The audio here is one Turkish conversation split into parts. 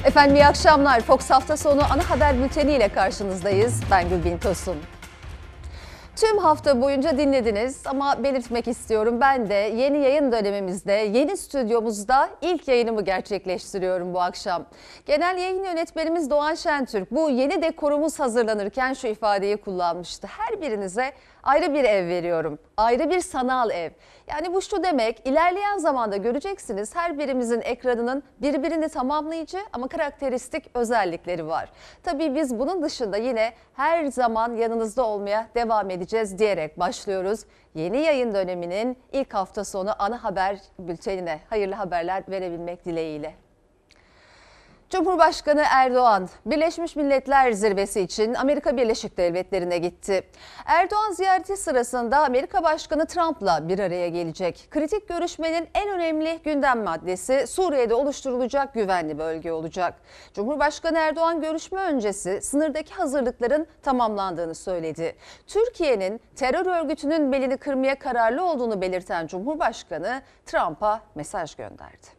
Efendim iyi akşamlar. Fox hafta sonu ana haber bülteni ile karşınızdayız. Ben Gülbin Tosun. Tüm hafta boyunca dinlediniz ama belirtmek istiyorum. Ben de yeni yayın dönemimizde, yeni stüdyomuzda ilk yayınımı gerçekleştiriyorum bu akşam. Genel yayın yönetmenimiz Doğan Şentürk bu yeni dekorumuz hazırlanırken şu ifadeyi kullanmıştı. Her birinize ayrı bir ev veriyorum. Ayrı bir sanal ev. Yani bu şu demek, ilerleyen zamanda göreceksiniz her birimizin ekranının birbirini tamamlayıcı ama karakteristik özellikleri var. Tabii biz bunun dışında yine her zaman yanınızda olmaya devam edeceğiz diyerek başlıyoruz. Yeni yayın döneminin ilk hafta sonu ana haber bültenine hayırlı haberler verebilmek dileğiyle. Cumhurbaşkanı Erdoğan, Birleşmiş Milletler Zirvesi için Amerika Birleşik Devletleri'ne gitti. Erdoğan ziyareti sırasında Amerika Başkanı Trump'la bir araya gelecek. Kritik görüşmenin en önemli gündem maddesi Suriye'de oluşturulacak güvenli bölge olacak. Cumhurbaşkanı Erdoğan görüşme öncesi sınırdaki hazırlıkların tamamlandığını söyledi. Türkiye'nin terör örgütünün belini kırmaya kararlı olduğunu belirten Cumhurbaşkanı Trump'a mesaj gönderdi.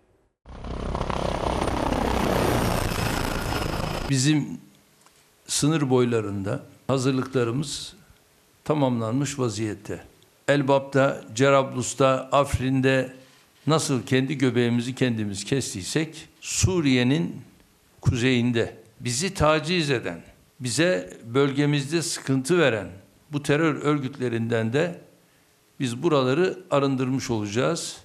Bizim sınır boylarında hazırlıklarımız tamamlanmış vaziyette. Elbap'ta, Cerablus'ta, Afrin'de nasıl kendi göbeğimizi kendimiz kestiysek Suriye'nin kuzeyinde bizi taciz eden, bize bölgemizde sıkıntı veren bu terör örgütlerinden de biz buraları arındırmış olacağız.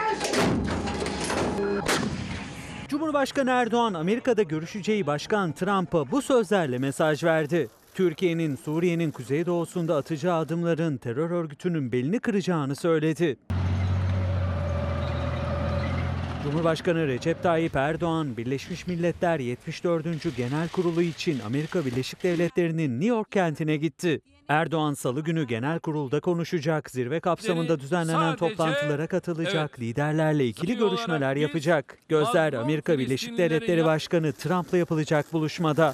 Cumhurbaşkanı Erdoğan Amerika'da görüşeceği Başkan Trump'a bu sözlerle mesaj verdi. Türkiye'nin Suriye'nin kuzeydoğusunda atacağı adımların terör örgütünün belini kıracağını söyledi. Cumhurbaşkanı Recep Tayyip Erdoğan, Birleşmiş Milletler 74. Genel Kurulu için Amerika Birleşik Devletleri'nin New York kentine gitti. Erdoğan Salı günü genel kurulda konuşacak, zirve kapsamında düzenlenen toplantılara katılacak, liderlerle ikili görüşmeler yapacak. Gözler Amerika Birleşik Devletleri Başkanı Trump'la yapılacak buluşmada.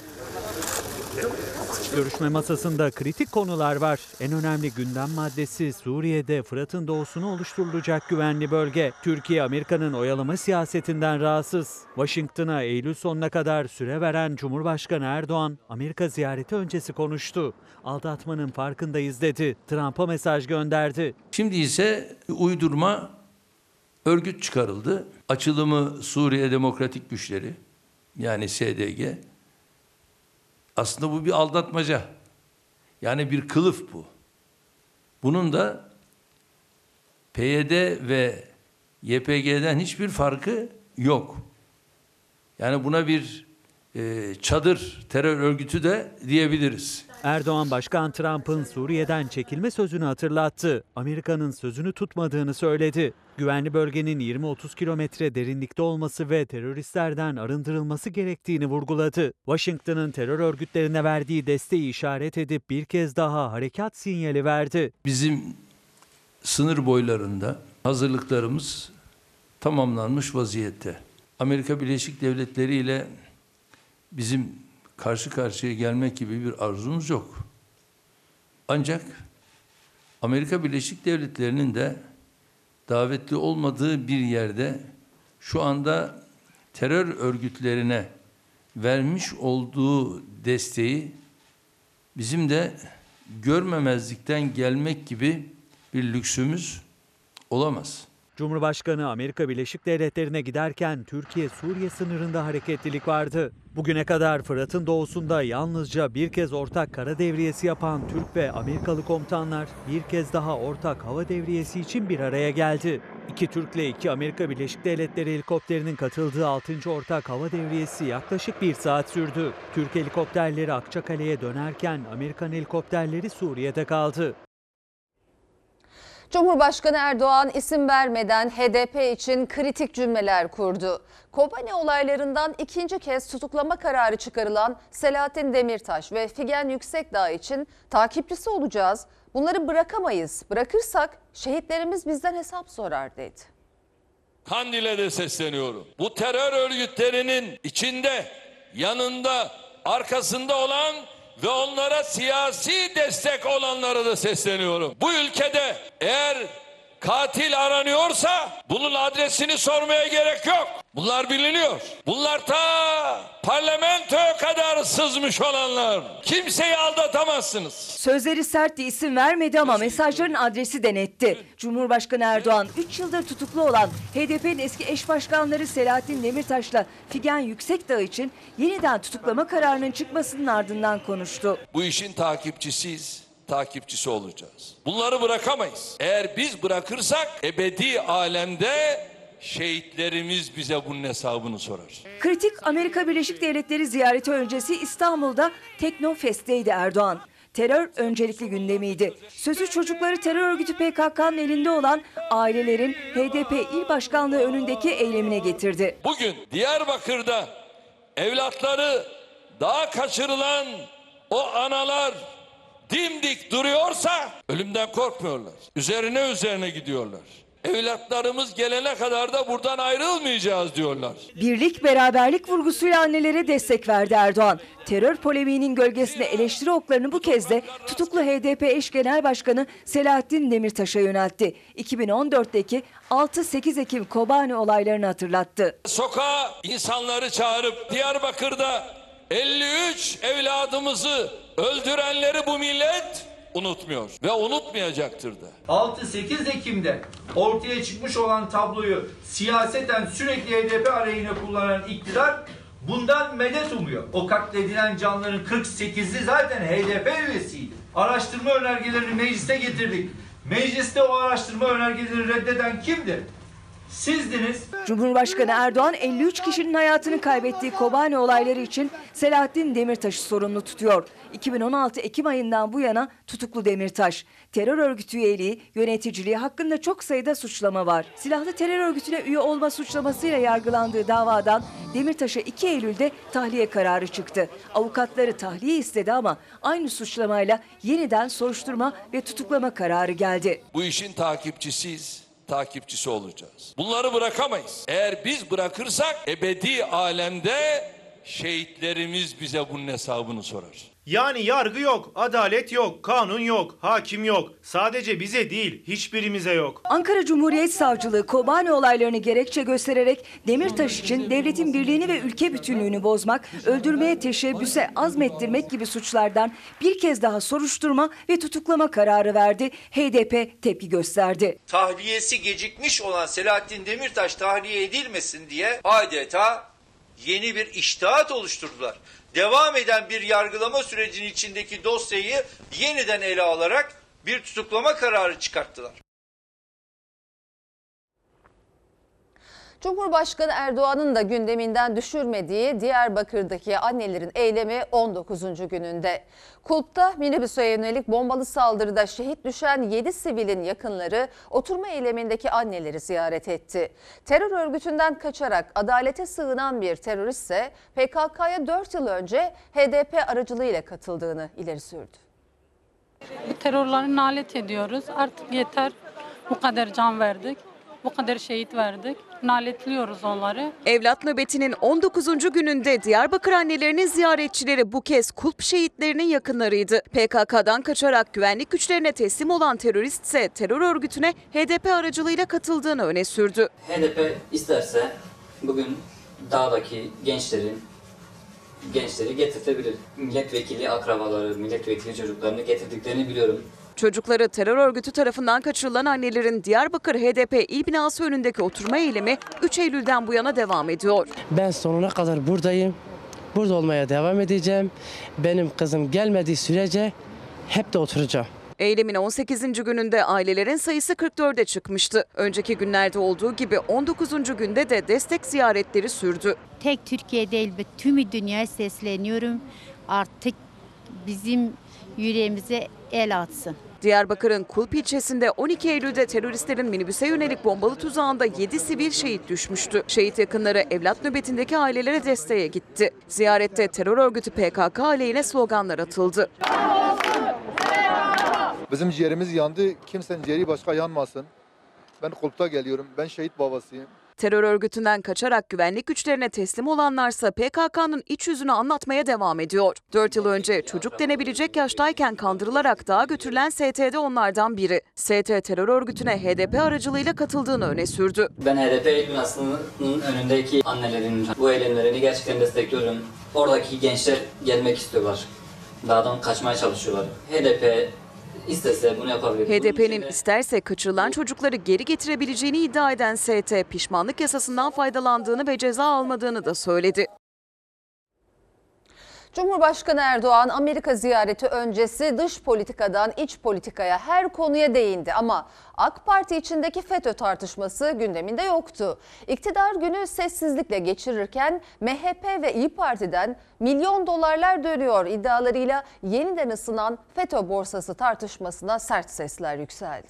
Görüşme masasında kritik konular var. En önemli gündem maddesi Suriye'de Fırat'ın doğusunu oluşturulacak güvenli bölge. Türkiye, Amerika'nın oyalama siyasetinden rahatsız. Washington'a Eylül sonuna kadar süre veren Cumhurbaşkanı Erdoğan, Amerika ziyareti öncesi konuştu. Aldatmanın farkındayız dedi. Trump'a mesaj gönderdi. Şimdi ise uydurma örgüt çıkarıldı. Açılımı Suriye Demokratik Güçleri, yani SDG. Aslında bu bir aldatmaca. Yani bir kılıf bu. Bunun da PYD ve YPG'den hiçbir farkı yok. Yani buna bir çadır terör örgütü de diyebiliriz. Erdoğan, Başkan Trump'ın Suriye'den çekilme sözünü hatırlattı. Amerika'nın sözünü tutmadığını söyledi. Güvenli bölgenin 20-30 kilometre derinlikte olması ve teröristlerden arındırılması gerektiğini vurguladı. Washington'ın terör örgütlerine verdiği desteği işaret edip bir kez daha harekat sinyali verdi. Bizim sınır boylarında hazırlıklarımız tamamlanmış vaziyette. Amerika Birleşik Devletleri ile bizim karşı karşıya gelmek gibi bir arzumuz yok. Ancak Amerika Birleşik Devletleri'nin de davetli olmadığı bir yerde şu anda terör örgütlerine vermiş olduğu desteği bizim de görmemezlikten gelmek gibi bir lüksümüz olamaz. Cumhurbaşkanı Amerika Birleşik Devletleri'ne giderken Türkiye-Suriye sınırında hareketlilik vardı. Bugüne kadar Fırat'ın doğusunda yalnızca bir kez ortak kara devriyesi yapan Türk ve Amerikalı komutanlar bir kez daha ortak hava devriyesi için bir araya geldi. 2 Türk ile 2 Amerika Birleşik Devletleri helikopterinin katıldığı 6. ortak hava devriyesi yaklaşık 1 saat sürdü. Türk helikopterleri Akçakale'ye dönerken Amerikan helikopterleri Suriye'de kaldı. Cumhurbaşkanı Erdoğan isim vermeden HDP için kritik cümleler kurdu. Kobani olaylarından ikinci kez tutuklama kararı çıkarılan Selahattin Demirtaş ve Figen Yüksekdağ için takipçisi olacağız. Bunları bırakamayız. Bırakırsak şehitlerimiz bizden hesap sorar dedi. Kandil'e de sesleniyorum. Bu terör örgütlerinin içinde, yanında, arkasında olan ve onlara siyasi destek olanlara da sesleniyorum. Bu ülkede eğer katil aranıyorsa bunun adresini sormaya gerek yok. Bunlar biliniyor. Bunlar ta sızmış olanlar. Kimseyi aldatamazsınız. Sözleri sertti, isim vermedi ama mesajların adresi de netti. Cumhurbaşkanı Erdoğan 3 yıldır tutuklu olan HDP'nin eski eş başkanları Selahattin Demirtaş'la Figen Yüksekdağ için yeniden tutuklama kararının çıkmasının ardından konuştu. Bu işin takipçisiyiz, takipçisi olacağız. Bunları bırakamayız. Eğer biz bırakırsak ebedi alemde şehitlerimiz bize bunun hesabını sorar. Kritik Amerika Birleşik Devletleri ziyareti öncesi İstanbul'da Teknofest'teydi Erdoğan. Terör öncelikli gündemiydi. Sözü çocukları terör örgütü PKK'nın elinde olan ailelerin HDP İl Başkanlığı önündeki eylemine getirdi. Bugün Diyarbakır'da evlatları daha kaçırılan o analar dimdik duruyorsa ölümden korkmuyorlar. Üzerine gidiyorlar. Evlatlarımız gelene kadar da buradan ayrılmayacağız diyorlar. Birlik, beraberlik vurgusuyla annelere destek verdi Erdoğan. Terör polemiğinin gölgesinde eleştiri oklarını bu kez de tutuklu HDP eş genel başkanı Selahattin Demirtaş'a yöneltti. 2014'teki 6-8 Ekim Kobani olaylarını hatırlattı. Sokağa insanları çağırıp Diyarbakır'da 53 evladımızı öldürenleri bu millet unutmuyor ve unutmayacaktır da. 6-8 Ekim'de ortaya çıkmış olan tabloyu siyaseten sürekli HDP aleyhine kullanan iktidar bundan medet umuyor. O katledilen canların 48'i zaten HDP üyesiydi. Araştırma önergelerini meclise getirdik. Mecliste o araştırma önergeleri reddeden kimdi? Sizdiniz. Cumhurbaşkanı Erdoğan 53 kişinin hayatını kaybettiği Kobani olayları için Selahattin Demirtaş'ı sorumlu tutuyor. 2016 Ekim ayından bu yana tutuklu Demirtaş. Terör örgütü üyeliği, yöneticiliği hakkında çok sayıda suçlama var. Silahlı terör örgütüne üye olma suçlamasıyla yargılandığı davadan Demirtaş'a 2 Eylül'de tahliye kararı çıktı. Avukatları tahliye istedi ama aynı suçlamayla yeniden soruşturma ve tutuklama kararı geldi. Bu işin takipçisiyiz, takipçisi olacağız. Bunları bırakamayız. Eğer biz bırakırsak ebedi alemde şehitlerimiz bize bunun hesabını sorar. Yani yargı yok, adalet yok, kanun yok, hakim yok. Sadece bize değil, hiçbirimize yok. Ankara Cumhuriyet Savcılığı Kobani olaylarını gerekçe göstererek Demirtaş için devletin birliğini ve ülke bütünlüğünü bozmak, öldürmeye teşebbüse azmettirmek gibi suçlardan bir kez daha soruşturma ve tutuklama kararı verdi. HDP tepki gösterdi. Tahliyesi gecikmiş olan Selahattin Demirtaş tahliye edilmesin diye adeta yeni bir içtihat oluşturdular. Devam eden bir yargılama sürecinin içindeki dosyayı yeniden ele alarak bir tutuklama kararı çıkarttılar. Cumhurbaşkanı Erdoğan'ın da gündeminden düşürmediği Diyarbakır'daki annelerin eylemi 19. gününde. Kulp'ta minibüse yönelik bombalı saldırıda şehit düşen 7 sivilin yakınları oturma eylemindeki anneleri ziyaret etti. Terör örgütünden kaçarak adalete sığınan bir terörist ise PKK'ya 4 yıl önce HDP aracılığıyla katıldığını ileri sürdü. Bu terörleri nalet ediyoruz. Artık yeter. Bu kadar can verdik. Bu kadar şehit verdik. Naletliyoruz onları. Evlat nöbetinin 19. gününde Diyarbakır annelerinin ziyaretçileri bu kez Kulp şehitlerinin yakınlarıydı. PKK'dan kaçarak güvenlik güçlerine teslim olan terörist ise terör örgütüne HDP aracılığıyla katıldığını öne sürdü. HDP isterse bugün dağdaki gençleri getirtebilir. Milletvekili akrabaları, milletvekili çocuklarını getirdiklerini biliyorum. Çocukları terör örgütü tarafından kaçırılan annelerin Diyarbakır HDP il binası önündeki oturma eylemi 3 Eylül'den bu yana devam ediyor. Ben sonuna kadar buradayım. Burada olmaya devam edeceğim. Benim kızım gelmediği sürece hep de oturacağım. Eylemin 18. gününde ailelerin sayısı 44'e çıkmıştı. Önceki günlerde olduğu gibi 19. günde de destek ziyaretleri sürdü. Tek Türkiye değil, tüm dünyaya sesleniyorum. Artık bizim yüreğimize el atsın. Diyarbakır'ın Kulp ilçesinde 12 Eylül'de teröristlerin minibüse yönelik bombalı tuzağında 7 sivil şehit düşmüştü. Şehit yakınları evlat nöbetindeki ailelere desteğe gitti. Ziyarette terör örgütü PKK aleyhine sloganlar atıldı. Bizim ciğerimiz yandı, kimsenin ciğeri başka yanmasın. Ben Kulp'ta geliyorum, ben şehit babasıyım. Terör örgütünden kaçarak güvenlik güçlerine teslim olanlarsa PKK'nın iç yüzünü anlatmaya devam ediyor. 4 yıl önce çocuk denebilecek yaştayken kandırılarak dağa götürülen ST'de onlardan biri. ST terör örgütüne HDP aracılığıyla katıldığını öne sürdü. Ben HDP binasının önündeki annelerin bu eylemlerini gerçekten destekliyorum. Oradaki gençler gelmek istiyorlar. Dağdan kaçmaya çalışıyorlar. HDP istese bunu yapabilir. HDP'nin isterse kaçırılan çocukları geri getirebileceğini iddia eden ST, pişmanlık yasasından faydalandığını ve ceza almadığını da söyledi. Cumhurbaşkanı Erdoğan Amerika ziyareti öncesi dış politikadan iç politikaya her konuya değindi ama AK Parti içindeki FETÖ tartışması gündeminde yoktu. İktidar günü sessizlikle geçirirken MHP ve İYİ Parti'den milyon dolarlar dönüyor iddialarıyla yeniden ısınan FETÖ borsası tartışmasına sert sesler yükseldi.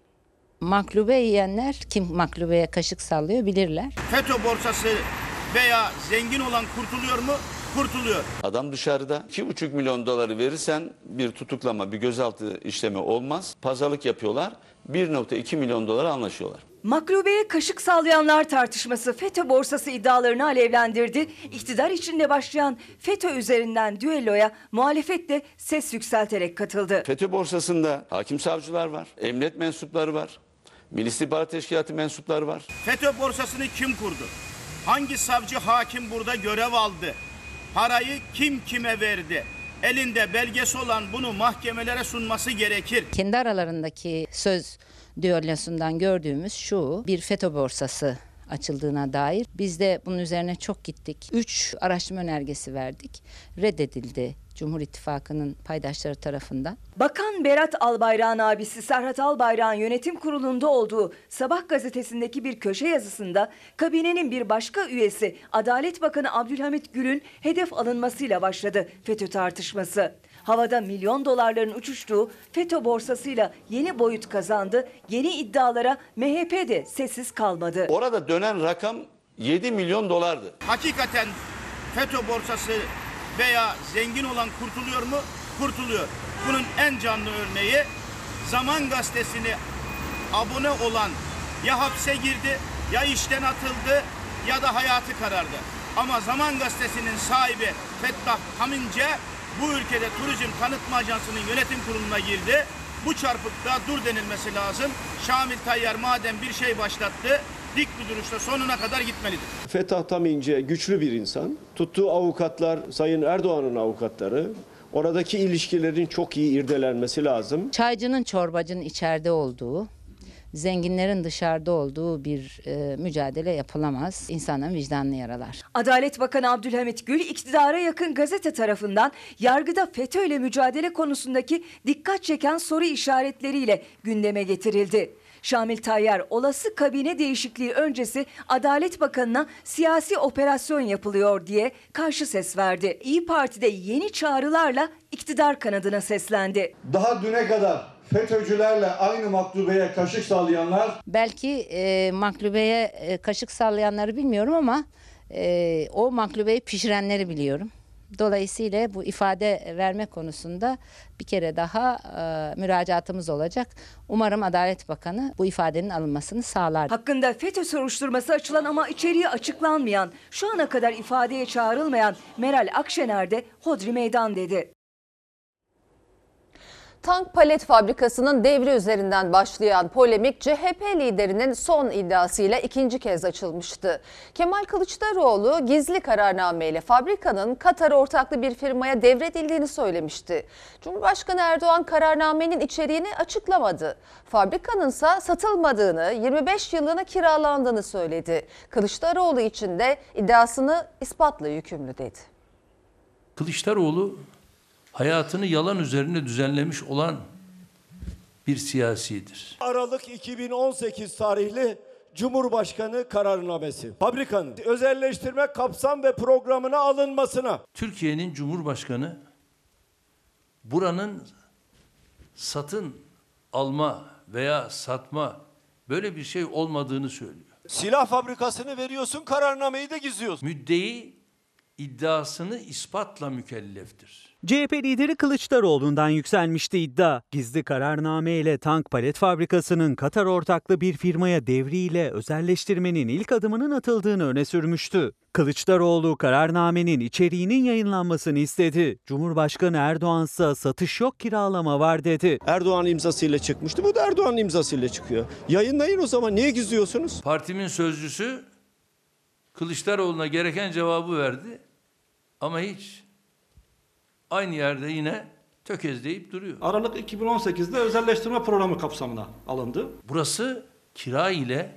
Maklube yiyenler kim maklubeye kaşık sallıyor bilirler. FETÖ borsası veya zengin olan kurtuluyor mu? Kurtuluyor. Adam dışarıda 2,5 milyon doları verirsen bir tutuklama, bir gözaltı işlemi olmaz. Pazarlık yapıyorlar. 1,2 milyon dolara anlaşıyorlar. Maklubeye kaşık sallayanlar tartışması FETÖ borsası iddialarını alevlendirdi. İktidar içinde başlayan FETÖ üzerinden düelloya muhalefet de ses yükselterek katıldı. FETÖ borsasında hakim savcılar var, emniyet mensupları var, Milli İstihbarat Teşkilatı mensupları var. FETÖ borsasını kim kurdu? Hangi savcı hakim burada görev aldı? Parayı kim kime verdi? Elinde belgesi olan bunu mahkemelere sunması gerekir. Kendi aralarındaki söz düellosundan gördüğümüz şu: bir FETÖ borsası açıldığına dair. Biz de bunun üzerine çok gittik. 3 araştırma önergesi verdik. Reddedildi Cumhur İttifakı'nın paydaşları tarafından. Bakan Berat Albayrak'ın abisi Serhat Albayrak'ın yönetim kurulunda olduğu Sabah gazetesindeki bir köşe yazısında kabinenin bir başka üyesi Adalet Bakanı Abdülhamit Gül'ün hedef alınmasıyla başladı FETÖ tartışması. Havada milyon dolarların uçuştuğu FETÖ borsasıyla yeni boyut kazandı. Yeni iddialara MHP de sessiz kalmadı. Orada dönen rakam 7 milyon dolardı. Hakikaten FETÖ borsası veya zengin olan kurtuluyor mu? Kurtuluyor. Bunun en canlı örneği Zaman Gazetesi'ne abone olan ya hapse girdi, ya işten atıldı ya da hayatı karardı. Ama Zaman Gazetesi'nin sahibi Fettah Hamince bu ülkede Turizm Tanıtma Ajansı'nın yönetim kuruluna girdi. Bu çarpıkta dur denilmesi lazım. Şamil Tayyar madem bir şey başlattı, dik bir duruşta sonuna kadar gitmelidir. Fettah Tamince güçlü bir insan. Tuttuğu avukatlar Sayın Erdoğan'ın avukatları. Oradaki ilişkilerin çok iyi irdelenmesi lazım. Çaycının çorbacının içeride olduğu, zenginlerin dışarıda olduğu bir mücadele yapılamaz. İnsanların vicdanını yaralar. Adalet Bakanı Abdülhamit Gül iktidara yakın gazete tarafından yargıda FETÖ ile mücadele konusundaki dikkat çeken soru işaretleriyle gündeme getirildi. Şamil Tayyar olası kabine değişikliği öncesi Adalet Bakanı'na siyasi operasyon yapılıyor diye karşı ses verdi. İYİ Parti'de yeni çağrılarla iktidar kanadına seslendi. Daha düne kadar FETÖ'cülerle aynı maklubeye kaşık sallayanlar... Belki maklubeye kaşık sallayanları bilmiyorum ama o maklubeyi pişirenleri biliyorum. Dolayısıyla bu ifade verme konusunda bir kere daha müracaatımız olacak. Umarım Adalet Bakanı bu ifadenin alınmasını sağlar. Hakkında FETÖ soruşturması açılan ama içeriği açıklanmayan, şu ana kadar ifadeye çağrılmayan Meral Akşener de hodri meydan dedi. Tank palet fabrikasının devri üzerinden başlayan polemik CHP liderinin son iddiasıyla ikinci kez açılmıştı. Kemal Kılıçdaroğlu gizli kararnameyle fabrikanın Katar ortaklı bir firmaya devredildiğini söylemişti. Cumhurbaşkanı Erdoğan kararnamenin içeriğini açıklamadı. Fabrikanın ise satılmadığını, 25 yıllığına kiralandığını söyledi. Kılıçdaroğlu için de iddiasını ispatla yükümlü dedi. Kılıçdaroğlu hayatını yalan üzerine düzenlemiş olan bir siyasidir. Aralık 2018 tarihli Cumhurbaşkanı kararnamesi. Fabrikanın özelleştirme kapsam ve programına alınmasına. Türkiye'nin Cumhurbaşkanı buranın satın alma veya satma böyle bir şey olmadığını söylüyor. Silah fabrikasını veriyorsun, kararnameyi de gizliyorsun. Müddei iddiasını ispatla mükelleftir. CHP lideri Kılıçdaroğlu'ndan yükselmişti iddia. Gizli kararname ile tank palet fabrikasının Katar ortaklı bir firmaya devriyle özelleştirmenin ilk adımının atıldığını öne sürmüştü. Kılıçdaroğlu kararnamenin içeriğinin yayınlanmasını istedi. Cumhurbaşkanı Erdoğan ise satış yok, kiralama var dedi. Erdoğan imzasıyla çıkmıştı. Bu da Erdoğan imzasıyla çıkıyor. Yayınlayın o zaman. Niye gizliyorsunuz? Partimin sözcüsü Kılıçdaroğlu'na gereken cevabı verdi ama hiç. Aynı yerde yine tökezleyip duruyor. Aralık 2018'de özelleştirme programı kapsamına alındı. Burası kira ile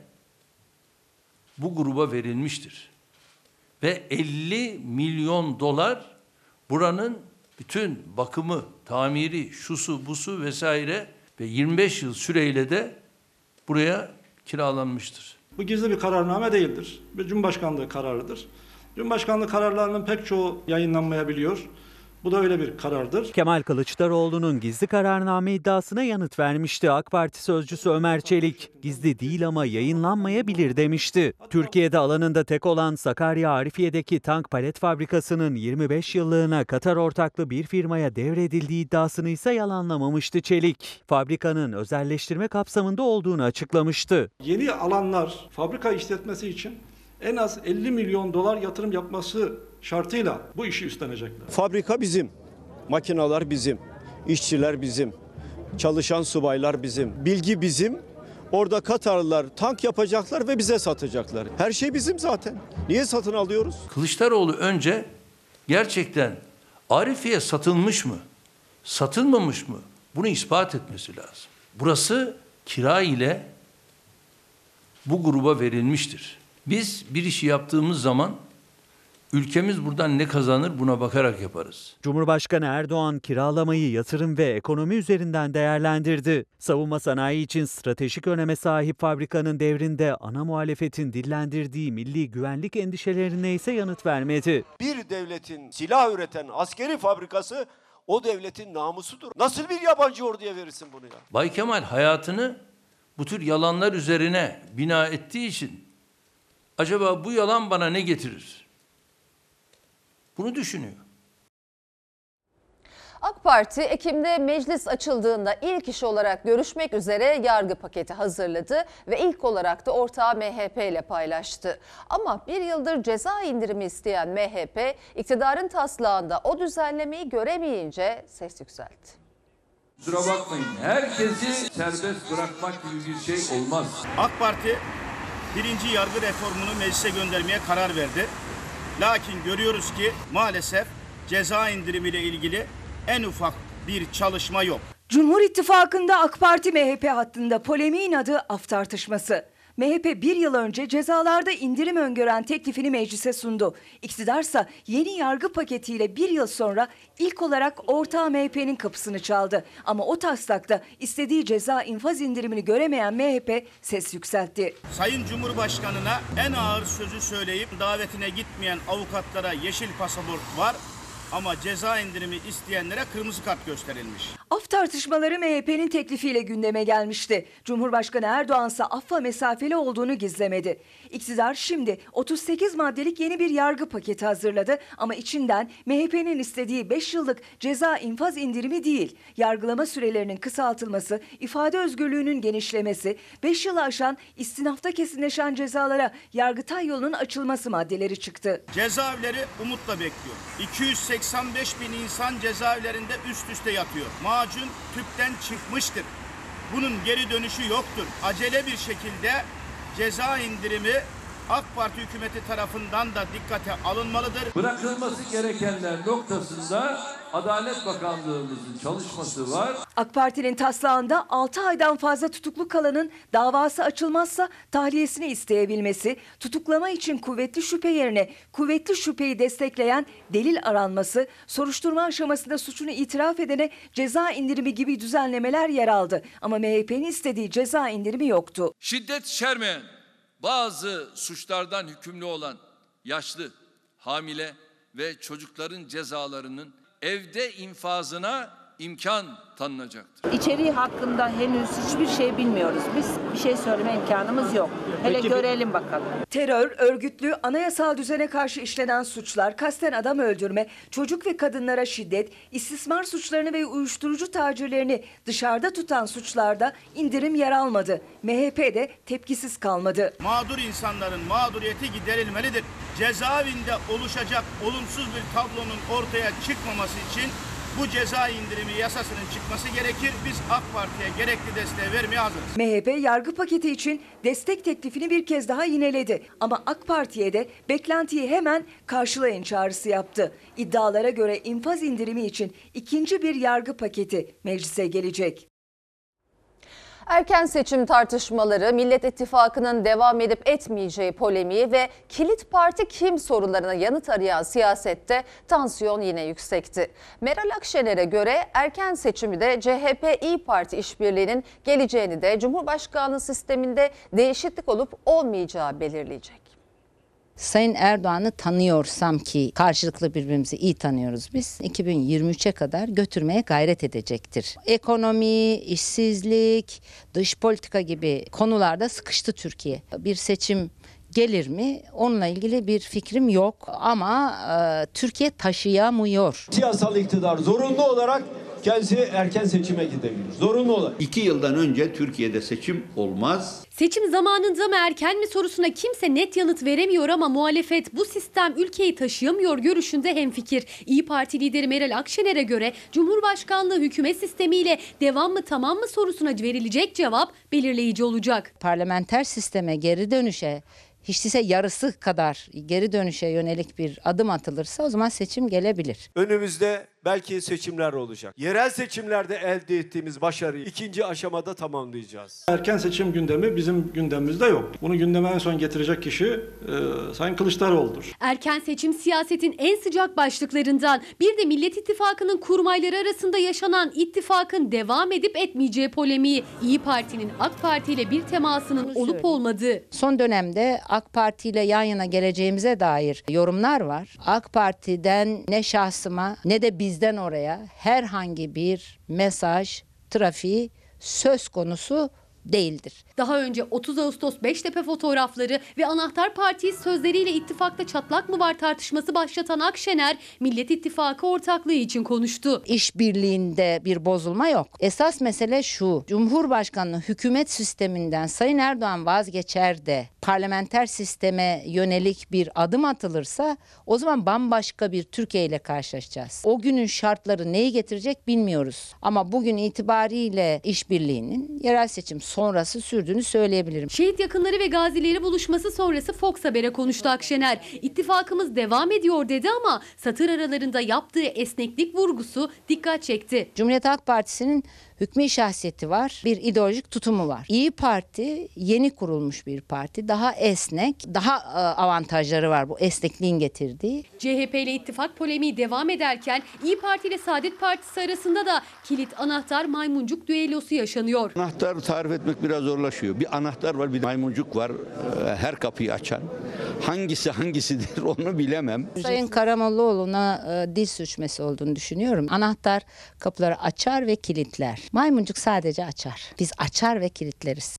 bu gruba verilmiştir. Ve 50 milyon dolar buranın bütün bakımı, tamiri, şusu, busu vesaire ve 25 yıl süreyle de buraya kiralanmıştır. Bu gizli bir kararname değildir. Bir Cumhurbaşkanlığı kararıdır. Cumhurbaşkanlığı kararlarının pek çoğu yayınlanmayabiliyor. Bu da öyle bir karardır. Kemal Kılıçdaroğlu'nun gizli kararname iddiasına yanıt vermişti AK Parti sözcüsü Ömer Çelik. Gizli değil ama yayınlanmayabilir demişti. Türkiye'de alanında tek olan Sakarya Arifiye'deki tank palet fabrikasının 25 yıllığına Katar ortaklı bir firmaya devredildiği iddiasını ise yalanlamamıştı Çelik. Fabrikanın özelleştirme kapsamında olduğunu açıklamıştı. Yeni alanlar fabrika işletmesi için en az 50 milyon dolar yatırım yapması şartıyla bu işi üstlenecekler. Fabrika bizim, makineler bizim, işçiler bizim, çalışan subaylar bizim, bilgi bizim. Orada Katarlılar tank yapacaklar ve bize satacaklar. Her şey bizim zaten. Niye satın alıyoruz? Kılıçdaroğlu önce gerçekten Arifiye satılmış mı, satılmamış mı? Bunu ispat etmesi lazım. Burası kira ile bu gruba verilmiştir. Biz bir işi yaptığımız zaman ülkemiz buradan ne kazanır buna bakarak yaparız. Cumhurbaşkanı Erdoğan kiralamayı yatırım ve ekonomi üzerinden değerlendirdi. Savunma sanayi için stratejik öneme sahip fabrikanın devrinde ana muhalefetin dillendirdiği milli güvenlik endişelerine ise yanıt vermedi. Bir devletin silah üreten askeri fabrikası o devletin namusudur. Nasıl bir yabancı orduya verirsin bunu ya? Bay Kemal hayatını bu tür yalanlar üzerine bina ettiği için acaba bu yalan bana ne getirir? Bunu düşünüyor. AK Parti Ekim'de meclis açıldığında ilk iş olarak görüşmek üzere yargı paketi hazırladı ve ilk olarak da ortağı MHP ile paylaştı. Ama bir yıldır ceza indirimi isteyen MHP iktidarın taslağında o düzenlemeyi göremeyince ses yükseltti. Kusura bakmayın, herkesi serbest bırakmak gibi bir şey olmaz. AK Parti birinci yargı reformunu meclise göndermeye karar verdi. Lakin görüyoruz ki maalesef ceza indirimiyle ilgili en ufak bir çalışma yok. Cumhur İttifakı'nda AK Parti MHP hattında polemiğin adı af tartışması. MHP bir yıl önce cezalarda indirim öngören teklifini meclise sundu. İktidarsa yeni yargı paketiyle bir yıl sonra ilk olarak ortağı MHP'nin kapısını çaldı. Ama o taslakta istediği ceza infaz indirimini göremeyen MHP ses yükseltti. Sayın Cumhurbaşkanı'na en ağır sözü söyleyip davetine gitmeyen avukatlara yeşil pasaport var. Ama ceza indirimi isteyenlere kırmızı kart gösterilmiş. Af tartışmaları MHP'nin teklifiyle gündeme gelmişti. Cumhurbaşkanı Erdoğan ise affa mesafeli olduğunu gizlemedi. İktidar şimdi 38 maddelik yeni bir yargı paketi hazırladı ama içinden MHP'nin istediği 5 yıllık ceza infaz indirimi değil, yargılama sürelerinin kısaltılması, ifade özgürlüğünün genişlemesi, 5 yılı aşan istinafta kesinleşen cezalara Yargıtay yolunun açılması maddeleri çıktı. Cezaevleri umutla bekliyor. 285 bin insan cezaevlerinde üst üste yatıyor. Macun tüpten çıkmıştır. Bunun geri dönüşü yoktur. Acele bir şekilde ceza indirimi AK Parti hükümeti tarafından da dikkate alınmalıdır. Bırakılması gerekenler noktasında Adalet Bakanlığımızın çalışması var. AK Parti'nin taslağında 6 aydan fazla tutuklu kalanın davası açılmazsa tahliyesini isteyebilmesi, tutuklama için kuvvetli şüphe yerine kuvvetli şüpheyi destekleyen delil aranması, soruşturma aşamasında suçunu itiraf edene ceza indirimi gibi düzenlemeler yer aldı. Ama MHP'nin istediği ceza indirimi yoktu. Şiddet içermeyen bazı suçlardan hükümlü olan yaşlı, hamile ve çocukların cezalarının evde infazına imkan tanınacaktır. İçeriği hakkında henüz hiçbir şey bilmiyoruz. Biz bir şey söyleme imkanımız yok. Hele görelim bakalım. Terör, örgütlü, anayasal düzene karşı işlenen suçlar, kasten adam öldürme, çocuk ve kadınlara şiddet, istismar suçlarını ve uyuşturucu tacirlerini dışarıda tutan suçlarda indirim yer almadı. MHP de tepkisiz kalmadı. Mağdur insanların mağduriyeti giderilmelidir. Cezaevinde oluşacak olumsuz bir tablonun ortaya çıkmaması için bu ceza indirimi yasasının çıkması gerekir. Biz AK Parti'ye gerekli desteği vermeye hazırız. MHP yargı paketi için destek teklifini bir kez daha yineledi. Ama AK Parti'ye de beklentiyi hemen karşılayın çağrısı yaptı. İddialara göre infaz indirimi için ikinci bir yargı paketi meclise gelecek. Erken seçim tartışmaları, Millet İttifakı'nın devam edip etmeyeceği polemiği ve kilit parti kim sorularına yanıt arayan siyasette tansiyon yine yüksekti. Meral Akşener'e göre erken seçimi de CHP-İYİ Parti işbirliğinin geleceğini de Cumhurbaşkanlığı sisteminde değişiklik olup olmayacağı belirleyecek. Sayın Erdoğan'ı tanıyorsam ki karşılıklı birbirimizi iyi tanıyoruz biz, 2023'e kadar götürmeye gayret edecektir. Ekonomi, işsizlik, dış politika gibi konularda sıkıştı Türkiye. Bir seçim gelir mi? Onunla ilgili bir fikrim yok ama Türkiye taşıyamıyor. Siyasal iktidar zorunlu olarak kendisi erken seçime gidebilir. Zorunlu olarak. 2 yıldan önce Türkiye'de seçim olmaz. Seçim zamanında mı erken mi sorusuna kimse net yanıt veremiyor ama muhalefet bu sistem ülkeyi taşıyamıyor görüşünde hemfikir. İYİ Parti lideri Meral Akşener'e göre Cumhurbaşkanlığı hükümet sistemiyle devam mı tamam mı sorusuna verilecek cevap belirleyici olacak. Parlamenter sisteme geri dönüşe, hiç değilse yarısı kadar geri dönüşe yönelik bir adım atılırsa o zaman seçim gelebilir. Önümüzde belki seçimler olacak. Yerel seçimlerde elde ettiğimiz başarıyı ikinci aşamada tamamlayacağız. Erken seçim gündemi bizim gündemimizde yok. Bunu gündeme en son getirecek kişi Sayın Kılıçdaroğlu'dur. Erken seçim siyasetin en sıcak başlıklarından. Bir de Millet İttifakı'nın kurmayları arasında yaşanan ittifakın devam edip etmeyeceği polemiği. İYİ Parti'nin AK Parti ile bir temasının olup olmadığı. Son dönemde AK Parti ile yan yana geleceğimize dair yorumlar var. AK Parti'den ne şahsıma ne de bizden oraya herhangi bir mesaj, trafiği söz konusu değildir. Daha önce 30 Ağustos Beştepe fotoğrafları ve Anahtar Parti sözleriyle ittifakta çatlak mı var tartışması başlatan Akşener, Millet İttifakı ortaklığı için konuştu. İşbirliğinde bir bozulma yok. Esas mesele şu: Cumhurbaşkanlığı hükümet sisteminden Sayın Erdoğan vazgeçer de parlamenter sisteme yönelik bir adım atılırsa o zaman bambaşka bir Türkiye ile karşılaşacağız. O günün şartları neyi getirecek bilmiyoruz. Ama bugün itibariyle işbirliğinin yerel seçim sonrası sürdüğünü söyleyebilirim. Şehit yakınları ve gazileri buluşması sonrası Fox Haber'e konuştu Akşener. İttifakımız devam ediyor dedi ama satır aralarında yaptığı esneklik vurgusu dikkat çekti. Cumhuriyet Halk Partisi'nin hükmü şahsiyeti var, bir ideolojik tutumu var. İYİ Parti yeni kurulmuş bir parti, daha esnek, daha avantajları var bu esnekliğin getirdiği. CHP ile ittifak polemiği devam ederken İYİ Parti ile Saadet Partisi arasında da kilit anahtar maymuncuk düellosu yaşanıyor. Anahtar tarif etmek biraz zorlaşıyor. Bir anahtar var, bir maymuncuk var, her kapıyı açan. Hangisi hangisidir onu bilemem. Sayın Karamollaoğlu'na dil sürçmesi olduğunu düşünüyorum. Anahtar kapıları açar ve kilitler. Maymuncuk sadece açar. Biz açar ve kilitleriz.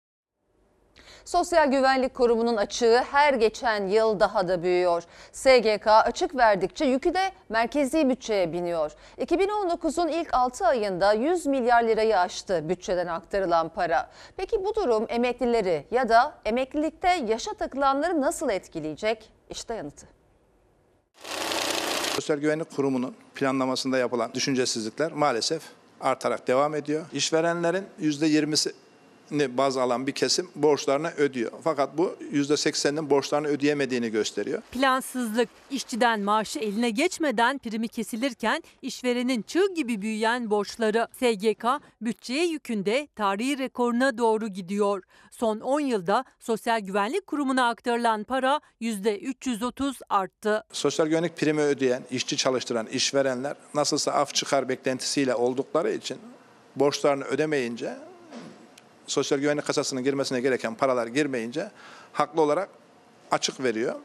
Sosyal Güvenlik Kurumu'nun açığı her geçen yıl daha da büyüyor. SGK açık verdikçe yükü de merkezi bütçeye biniyor. 2019'un ilk 6 ayında 100 milyar lirayı aştı bütçeden aktarılan para. Peki bu durum emeklileri ya da emeklilikte yaşa takılanları nasıl etkileyecek? İşte yanıtı. Sosyal Güvenlik Kurumu'nun planlamasında yapılan düşüncesizlikler maalesef artarak devam ediyor. İşverenlerin %20'sini baz alan bir kesim borçlarını ödüyor. Fakat bu %80'inin borçlarını ödeyemediğini gösteriyor. Plansızlık, işçiden maaşı eline geçmeden primi kesilirken işverenin çığ gibi büyüyen borçları. SGK bütçeye yükünde tarihi rekoruna doğru gidiyor. Son 10 yılda Sosyal Güvenlik Kurumu'na aktarılan para %330 arttı. Sosyal güvenlik primi ödeyen, işçi çalıştıran işverenler nasılsa af çıkar beklentisiyle oldukları için borçlarını ödemeyince, sosyal güvenlik kasasının girmesine gereken paralar girmeyince haklı olarak açık veriyor.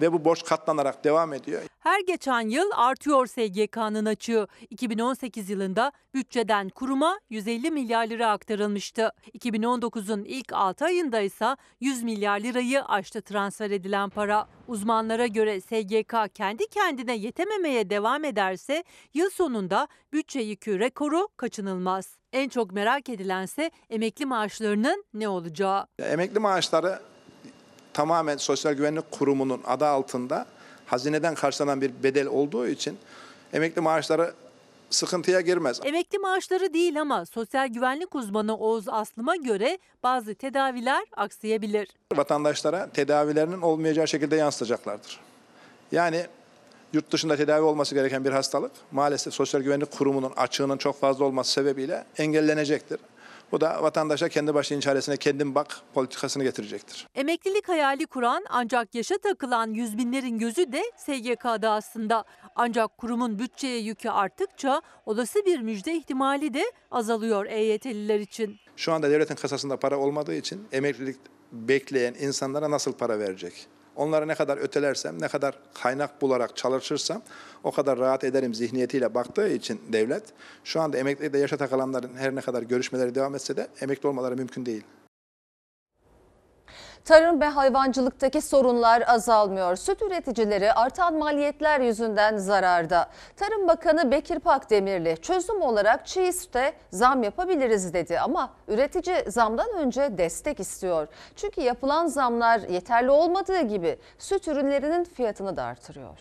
ve bu borç katlanarak devam ediyor. Her geçen yıl artıyor SGK'nın açığı. 2018 yılında bütçeden kuruma 150 milyar lira aktarılmıştı. 2019'un ilk 6 ayında ise 100 milyar lirayı aştı transfer edilen para. Uzmanlara göre SGK kendi kendine yetememeye devam ederse yıl sonunda bütçe yükü rekoru kaçınılmaz. En çok merak edilense emekli maaşlarının ne olacağı. Emekli maaşları tamamen Sosyal Güvenlik Kurumu'nun adı altında hazineden karşılanan bir bedel olduğu için emekli maaşları sıkıntıya girmez. Emekli maaşları değil ama sosyal güvenlik uzmanı Oğuz Aslım'a göre bazı tedaviler aksayabilir. Vatandaşlara tedavilerinin olmayacağı şekilde yansıtacaklardır. Yani yurt dışında tedavi olması gereken bir hastalık maalesef Sosyal Güvenlik Kurumu'nun açığının çok fazla olması sebebiyle engellenecektir. Bu da vatandaşa kendi başının çaresine kendin bak politikasını getirecektir. Emeklilik hayali kuran ancak yaşa takılan yüz binlerin gözü de SGK'da aslında. Ancak kurumun bütçeye yükü arttıkça olası bir müjde ihtimali de azalıyor EYT'liler için. Şu anda devletin kasasında para olmadığı için emeklilik bekleyen insanlara nasıl para verecek? Onlara ne kadar ötelersem, ne kadar kaynak bularak çalışırsam o kadar rahat ederim zihniyetiyle baktığı için devlet şu anda emeklilikte yaşa takılanların her ne kadar görüşmeleri devam etse de emekli olmaları mümkün değil. Tarım ve hayvancılıktaki sorunlar azalmıyor. Süt üreticileri artan maliyetler yüzünden zararda. Tarım Bakanı Bekir Pakdemirli çözüm olarak çiğ süte zam yapabiliriz dedi ama üretici zamdan önce destek istiyor. Çünkü yapılan zamlar yeterli olmadığı gibi süt ürünlerinin fiyatını da artırıyor.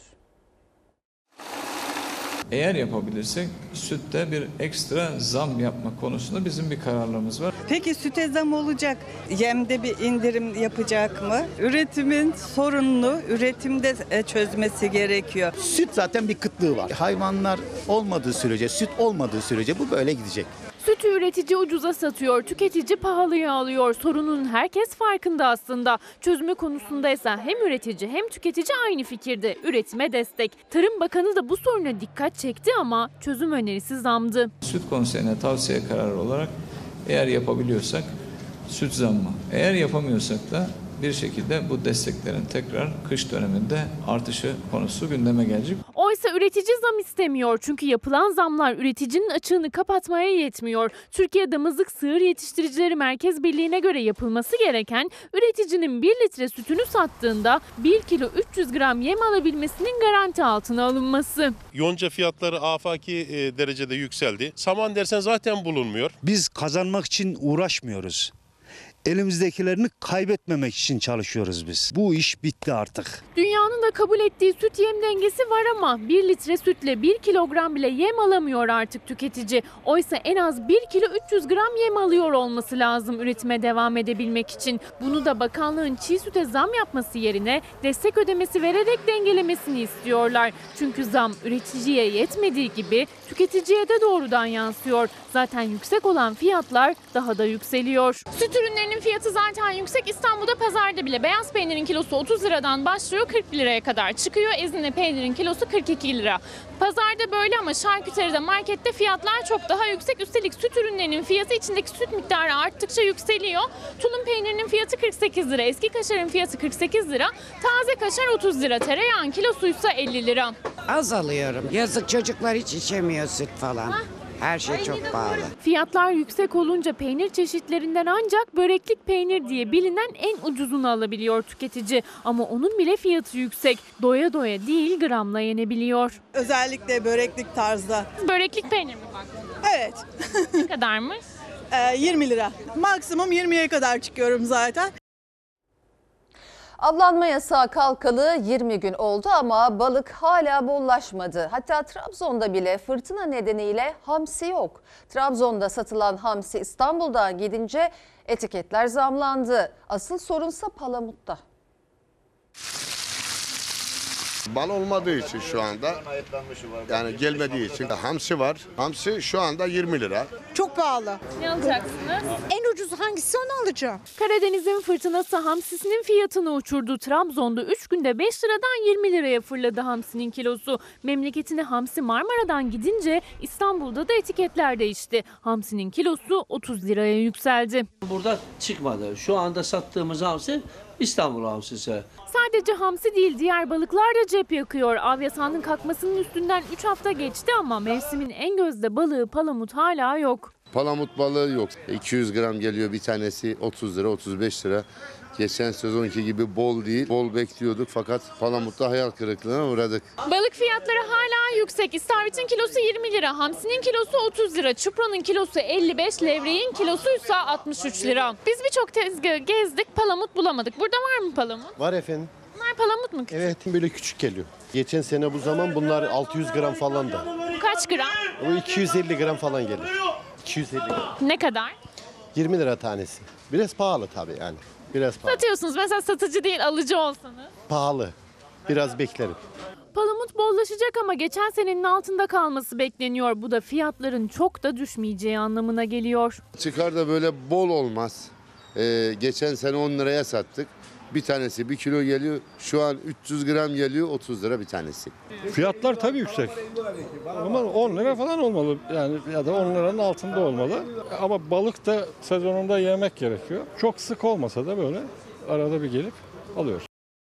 Eğer yapabilirsek sütte bir ekstra zam yapma konusunda bizim bir kararlılığımız var. Peki süte zam olacak, yemde bir indirim yapacak mı? Üretimin sorununu üretimde çözmesi gerekiyor. Süt zaten bir kıtlığı var. Hayvanlar olmadığı sürece, süt olmadığı sürece bu böyle gidecek. Sütü üretici ucuza satıyor, tüketici pahalıya alıyor. Sorunun herkes farkında aslında. Çözümü konusunda ise hem üretici hem tüketici aynı fikirde. Üretime destek. Tarım Bakanı da bu soruna dikkat çekti ama çözüm önerisi zamdı. Süt konseyine tavsiye kararı olarak eğer yapabiliyorsak süt zammı, eğer yapamıyorsak da bir şekilde bu desteklerin tekrar kış döneminde artışı konusu gündeme gelecek. Oysa üretici zam istemiyor çünkü yapılan zamlar üreticinin açığını kapatmaya yetmiyor. Türkiye Damızlık Sığır Yetiştiricileri Merkez Birliği'ne göre yapılması gereken üreticinin 1 litre sütünü sattığında 1 kilo 300 gram yem alabilmesinin garanti altına alınması. Yonca fiyatları afaki derecede yükseldi. Saman dersen zaten bulunmuyor. Biz kazanmak için uğraşmıyoruz. Elimizdekilerini kaybetmemek için çalışıyoruz biz. Bu iş bitti artık. Dünyanın da kabul ettiği süt yem dengesi var ama 1 litre sütle 1 kilogram bile yem alamıyor artık tüketici. Oysa en az 1 kilo 300 gram yem alıyor olması lazım üretime devam edebilmek için. Bunu da bakanlığın çiğ süte zam yapması yerine destek ödemesi vererek dengelemesini istiyorlar. Çünkü zam üreticiye yetmediği gibi tüketiciye de doğrudan yansıyor. Zaten yüksek olan fiyatlar daha da yükseliyor. Süt ürünlerinin fiyatı zaten yüksek. İstanbul'da pazarda bile beyaz peynirin kilosu 30 liradan başlıyor 40 liraya kadar çıkıyor. Ezine peynirin kilosu 42 lira. Pazarda böyle ama şarküteride, markette fiyatlar çok daha yüksek. Üstelik süt ürünlerinin fiyatı içindeki süt miktarı arttıkça yükseliyor. Tulum peynirinin fiyatı 48 lira, eski kaşarın fiyatı 48 lira, taze kaşar 30 lira, tereyağın kilosuysa 50 lira. Az alıyorum. Yazık, çocuklar hiç içemiyor süt falan. Her şey çok pahalı. Fiyatlar yüksek olunca peynir çeşitlerinden ancak böreklik peynir diye bilinen en ucuzunu alabiliyor tüketici. Ama onun bile fiyatı yüksek. Doya doya değil, gramla yenebiliyor. Özellikle böreklik tarzda. Böreklik peynir mi bak? Evet. Ne kadarmış? 20 lira. Maksimum 20'ye kadar çıkıyorum zaten. Avlanma yasağı kalkalı 20 gün oldu ama balık hala bollaşmadı. Hatta Trabzon'da bile fırtına nedeniyle hamsi yok. Trabzon'da satılan hamsi İstanbul'dan gidince etiketler zamlandı. Asıl sorunsa palamutta. Bal olmadığı için şu anda, yani gelmediği için hamsi var. Hamsi şu anda 20 lira. Çok pahalı. Ne alacaksınız? En ucuz hangisi onu alacağım. Karadeniz'in fırtınası hamsisinin fiyatını uçurdu. Trabzon'da 3 günde 5 liradan 20 liraya fırladı hamsinin kilosu. Memleketine hamsi Marmara'dan gidince İstanbul'da da etiketler değişti. Hamsinin kilosu 30 liraya yükseldi. Burada çıkmadı. Şu anda sattığımız hamsi İstanbul hamsisi. Sadece hamsi değil, diğer balıklar da cep yakıyor. Av yasağının kalkmasının üstünden 3 hafta geçti ama mevsimin en gözde balığı palamut hala yok. Palamut balığı yok. 200 gram geliyor bir tanesi, 30 lira 35 lira. Geçen sezonki gibi bol değil. Bol bekliyorduk fakat palamutta hayal kırıklığına uğradık. Balık fiyatları hala yüksek. İstavritin kilosu 20 lira, hamsinin kilosu 30 lira, çupranın kilosu 55, levreğin kilosu ise 63 lira. Biz birçok tezgahı gezdik, palamut bulamadık. Burada var mı palamut? Var efendim. Bunlar palamut mu? Evet, böyle küçük geliyor. Geçen sene bu zaman bunlar 600 gram falan da. Kaç gram? Bu 250 gram falan gelir. 250 gram. Ne kadar? 20 lira tanesi. Biraz pahalı tabii yani. Biraz pahalı. Satıyorsunuz mesela, satıcı değil alıcı olsanız. Pahalı. Biraz beklerim. Palamut bollaşacak ama geçen senenin altında kalması bekleniyor. Bu da fiyatların çok da düşmeyeceği anlamına geliyor. Çıkar da böyle bol olmaz. Geçen sene 10 liraya sattık. Bir tanesi 1 kilo geliyor. Şu an 300 gram geliyor, 30 lira bir tanesi. Fiyatlar tabii yüksek. Ama 10 lira falan olmalı. Yani ya da 10 liranın altında olmalı. Ama balık da sezonunda yemek gerekiyor. Çok sık olmasa da böyle arada bir gelip alıyoruz.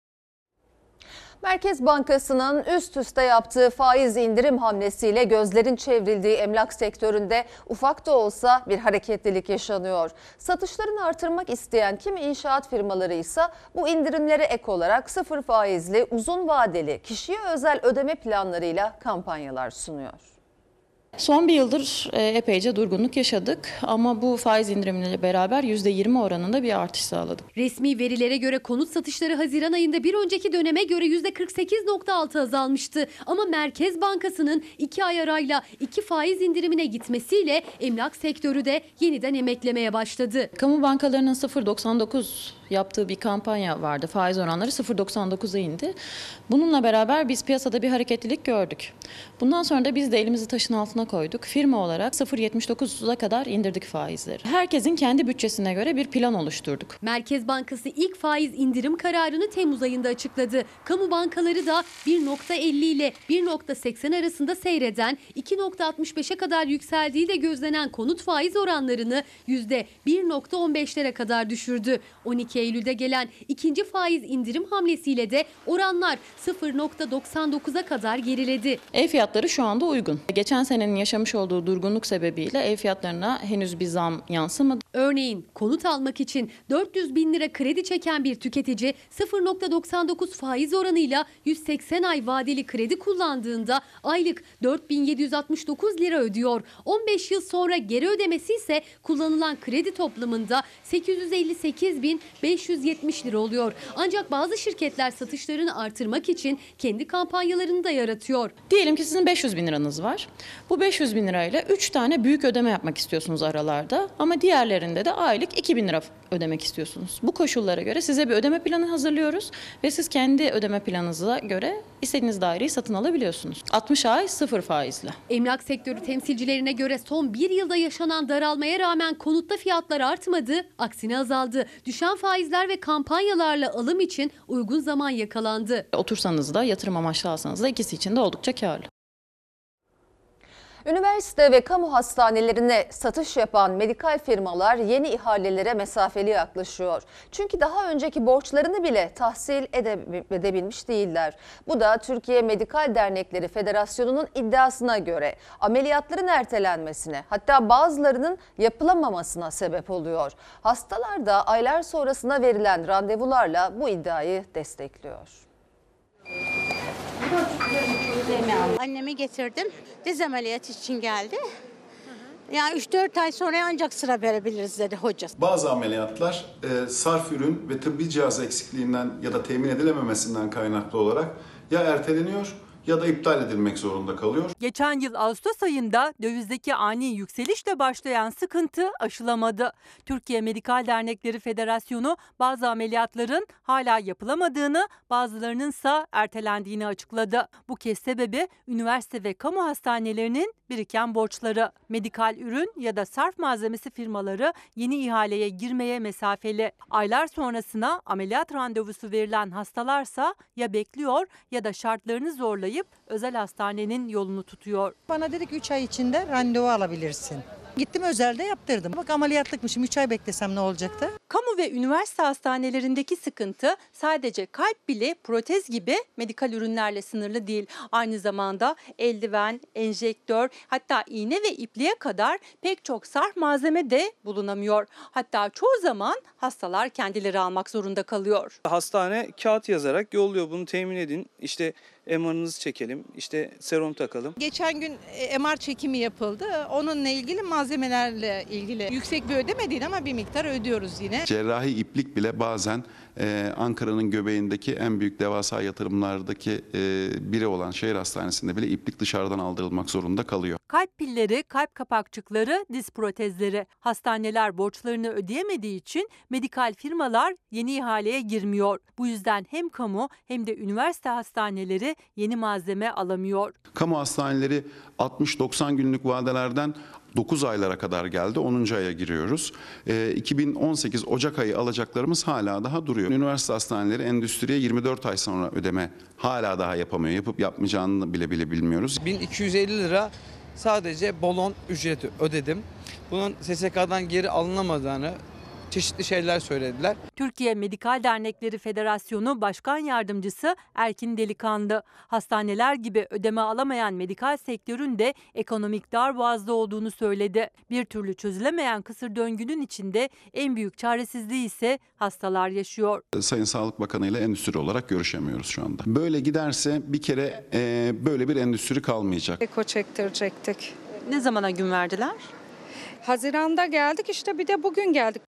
Merkez Bankası'nın üst üste yaptığı faiz indirim hamlesiyle gözlerin çevrildiği emlak sektöründe ufak da olsa bir hareketlilik yaşanıyor. Satışlarını artırmak isteyen kimi inşaat firmaları ise bu indirimlere ek olarak sıfır faizli, uzun vadeli, kişiye özel ödeme planlarıyla kampanyalar sunuyor. Son bir yıldır epeyce durgunluk yaşadık ama bu faiz indirimleriyle beraber %20 oranında bir artış sağladık. Resmi verilere göre konut satışları Haziran ayında bir önceki döneme göre %48,6 azalmıştı. Ama Merkez Bankası'nın 2 ay arayla 2 faiz indirimine gitmesiyle emlak sektörü de yeniden emeklemeye başladı. Kamu bankalarının 0,99 yaptığı bir kampanya vardı. Faiz oranları 0,99'a indi. Bununla beraber biz piyasada bir hareketlilik gördük. Bundan sonra da biz de elimizi taşın altına koyduk. Firma olarak 0,79'a kadar indirdik faizleri. Herkesin kendi bütçesine göre bir plan oluşturduk. Merkez Bankası ilk faiz indirim kararını Temmuz ayında açıkladı. Kamu bankaları da 1,50 ile 1,80 arasında seyreden, 2,65'e kadar yükseldiği de gözlenen konut faiz oranlarını %1,15'lere kadar düşürdü. 12 Eylül'de gelen ikinci faiz indirim hamlesiyle de oranlar 0,99'a kadar geriledi. Ev fiyatları şu anda uygun. Geçen senenin yaşamış olduğu durgunluk sebebiyle ev fiyatlarına henüz bir zam yansımadı. Örneğin konut almak için 400 bin lira kredi çeken bir tüketici 0,99 faiz oranıyla 180 ay vadeli kredi kullandığında aylık 4.769 lira ödüyor. 15 yıl sonra geri ödemesi ise kullanılan kredi toplamında 858.570 lira oluyor. Ancak bazı şirketler satışlarını artırmak için kendi kampanyalarını da yaratıyor. Diyelim ki sizin 500 bin liranız var. Bu 500 bin lirayla 3 tane büyük ödeme yapmak istiyorsunuz aralarda ama diğerlerinde de aylık 2.000 lira ödemek istiyorsunuz. Bu koşullara göre size bir ödeme planı hazırlıyoruz ve siz kendi ödeme planınıza göre istediğiniz daireyi satın alabiliyorsunuz. 60 ay sıfır faizle. Emlak sektörü temsilcilerine göre son bir yılda yaşanan daralmaya rağmen konutta fiyatlar artmadı, aksine azaldı. Düşen faizler ve kampanyalarla alım için uygun zaman yakalandı. Otursanız da yatırım amaçlı alsanız da ikisi için de oldukça karlı. Üniversite ve kamu hastanelerine satış yapan medikal firmalar yeni ihalelere mesafeli yaklaşıyor. Çünkü daha önceki borçlarını bile tahsil edebilmiş değiller. Bu da Türkiye Medikal Dernekleri Federasyonu'nun iddiasına göre ameliyatların ertelenmesine, hatta bazılarının yapılamamasına sebep oluyor. Hastalar da aylar sonrasına verilen randevularla bu iddiayı destekliyor. Annemi getirdim. Diz ameliyatı için geldi. Yani 3-4 ay sonra ancak sıra verebiliriz dedi hocası. Bazı ameliyatlar sarf ürün ve tıbbi cihaz eksikliğinden ya da temin edilememesinden kaynaklı olarak ya erteleniyor ya da iptal edilmek zorunda kalıyor. Geçen yıl Ağustos ayında dövizdeki ani yükselişle başlayan sıkıntı aşılamadı. Türkiye Medikal Dernekleri Federasyonu bazı ameliyatların hala yapılamadığını, bazılarının ise ertelendiğini açıkladı. Bu kez sebebi üniversite ve kamu hastanelerinin biriken borçları. Medikal ürün ya da sarf malzemesi firmaları yeni ihaleye girmeye mesafeli. Aylar sonrasına ameliyat randevusu verilen hastalarsa ya bekliyor ya da şartlarını zorlayıp özel hastanenin yolunu tutuyor. Bana dedik 3 ay içinde randevu alabilirsin. Gittim özelde yaptırdım. Bak ameliyatlıkmışım, 3 ay beklesem ne olacaktı? Kamu ve üniversite hastanelerindeki sıkıntı sadece kalp bile protez gibi medikal ürünlerle sınırlı değil. Aynı zamanda eldiven, enjektör, hatta iğne ve ipliğe kadar pek çok sarf malzeme de bulunamıyor. Hatta çoğu zaman hastalar kendileri almak zorunda kalıyor. Hastane kağıt yazarak yolluyor, bunu temin edin. İşte MR'ınızı çekelim, işte serum takalım. Geçen gün MR çekimi yapıldı. Onunla ilgili malzemelerle ilgili yüksek bir ödeme değil ama bir miktar ödüyoruz yine. Cerrahi iplik bile bazen Ankara'nın göbeğindeki en büyük devasa yatırımlardaki biri olan şehir hastanesinde bile iplik dışarıdan aldırılmak zorunda kalıyor. Kalp pilleri, kalp kapakçıkları, diz protezleri. Hastaneler borçlarını ödeyemediği için medikal firmalar yeni ihaleye girmiyor. Bu yüzden hem kamu hem de üniversite hastaneleri yeni malzeme alamıyor. Kamu hastaneleri 60-90 günlük vadelerden 9 aylara kadar geldi. 10. aya giriyoruz. 2018 Ocak ayı alacaklarımız hala daha duruyor. Üniversite hastaneleri endüstriye 24 ay sonra ödeme hala daha yapamıyor. Yapıp yapmayacağını bile bilmiyoruz. 1250 lira sadece balon ücreti ödedim. Bunun SSK'dan geri alınamadığını, çeşitli şeyler söylediler. Türkiye Medikal Dernekleri Federasyonu Başkan Yardımcısı Erkin Delikanlı, hastaneler gibi ödeme alamayan medikal sektörün de ekonomik darboğazda olduğunu söyledi. Bir türlü çözülemeyen kısır döngünün içinde en büyük çaresizliği ise hastalar yaşıyor. Sayın Sağlık Bakanı ile endüstri olarak görüşemiyoruz şu anda. Böyle giderse bir kere böyle bir endüstri kalmayacak. Eko çektirecektik. Ne zamana gün verdiler? Haziran'da geldik, işte bir de bugün geldik.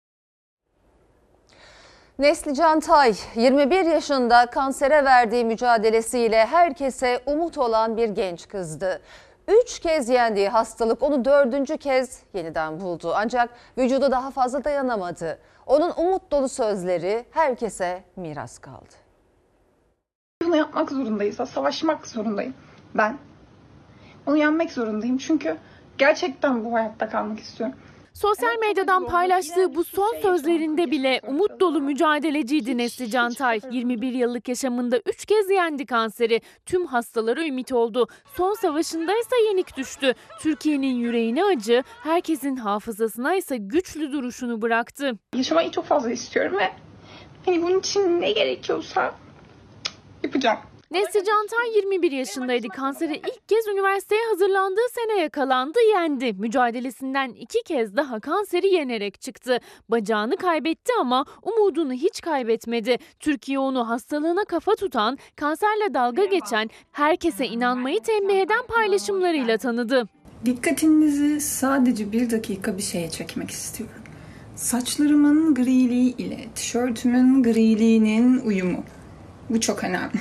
Neslican Tay 21 yaşında kansere verdiği mücadelesiyle herkese umut olan bir genç kızdı. 3 kez yendiği hastalık onu 4. kez yeniden buldu. Ancak vücudu daha fazla dayanamadı. Onun umut dolu sözleri herkese miras kaldı. Bunu yapmak zorundayız, savaşmak zorundayım ben. Onu yenmek zorundayım çünkü gerçekten bu hayatta kalmak istiyorum. Sosyal medyadan paylaştığı bu son sözlerinde bile umut dolu mücadeleciydi Neslican Tay. 21 yıllık yaşamında 3 kez yendi kanseri. Tüm hastalara ümit oldu. Son savaşında ise yenik düştü. Türkiye'nin yüreğine acı, herkesin hafızasına ise güçlü duruşunu bıraktı. Yaşamayı çok fazla istiyorum ve bunun için ne gerekiyorsa yapacağım. Neslican Tay 21 yaşındaydı. Kansere ilk kez üniversiteye hazırlandığı sene yakalandı, yendi. Mücadelesinden 2 kez daha kanseri yenerek çıktı. Bacağını kaybetti ama umudunu hiç kaybetmedi. Türkiye onu hastalığına kafa tutan, kanserle dalga geçen, herkese inanmayı tembih eden paylaşımlarıyla tanıdı. Dikkatinizi sadece 1 dakika bir şeye çekmek istiyorum. Saçlarımın griliği ile tişörtümün griliğinin uyumu. Bu çok önemli.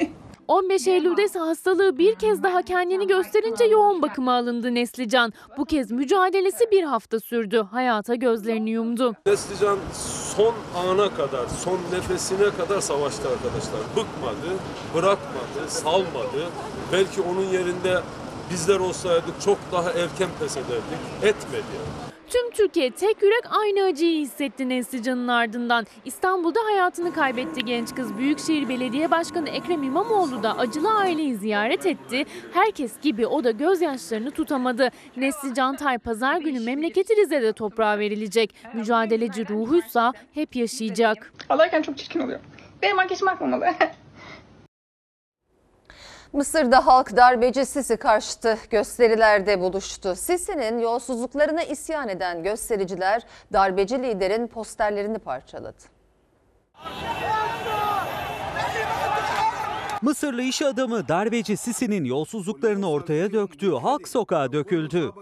15 Eylül'de ise hastalığı bir kez daha kendini gösterince yoğun bakıma alındı Neslican. Bu kez mücadelesi 1 hafta sürdü. Hayata gözlerini yumdu. Neslican son ana kadar, son nefesine kadar savaştı arkadaşlar. Bıkmadı, bırakmadı, salmadı. Belki onun yerinde bizler olsaydık çok daha erken pes ederdik. Etmedi. Tüm Türkiye tek yürek aynı acıyı hissetti Neslican'ın ardından. İstanbul'da hayatını kaybetti genç kız. Büyükşehir Belediye Başkanı Ekrem İmamoğlu da acılı aileyi ziyaret etti. Herkes gibi o da gözyaşlarını tutamadı. Neslican Tay pazar günü memleketi Rize'de toprağa verilecek. Mücadeleci ruhuysa hep yaşayacak. Ağlarken çok çirkin oluyor. Benim makyajım akmamalı. Mısır'da halk darbeci Sisi karşıtı gösterilerde buluştu. Sisi'nin yolsuzluklarına isyan eden göstericiler darbeci liderin posterlerini parçaladı. Mısırlı iş adamı darbeci Sisi'nin yolsuzluklarını ortaya döktü, halk sokağa döküldü.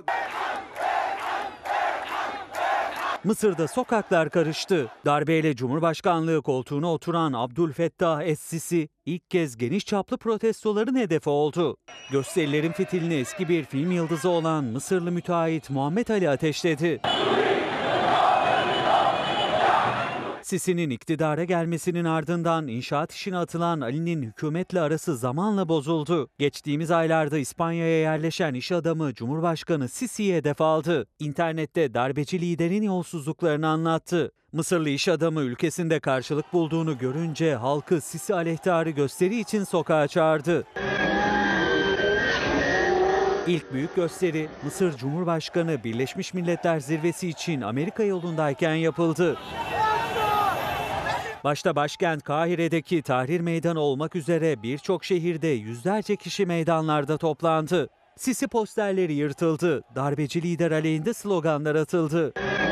Mısır'da sokaklar karıştı. Darbeyle Cumhurbaşkanlığı koltuğuna oturan Abdülfettah Es-Sisi ilk kez geniş çaplı protestoların hedefi oldu. Gösterilerin fitilini eski bir film yıldızı olan Mısırlı müteahhit Muhammed Ali ateşledi. Sisi'nin iktidara gelmesinin ardından inşaat işine atılan Ali'nin hükümetle arası zamanla bozuldu. Geçtiğimiz aylarda İspanya'ya yerleşen iş adamı Cumhurbaşkanı Sisi'ye hedef aldı. İnternette darbeci liderin yolsuzluklarını anlattı. Mısırlı iş adamı ülkesinde karşılık bulduğunu görünce halkı Sisi aleyhtarı gösteri için sokağa çağırdı. İlk büyük gösteri Mısır Cumhurbaşkanı Birleşmiş Milletler Zirvesi için Amerika yolundayken yapıldı. Başta başkent Kahire'deki Tahrir Meydanı olmak üzere birçok şehirde yüzlerce kişi meydanlarda toplandı. Sisi posterleri yırtıldı, darbeci lider aleyhinde sloganlar atıldı.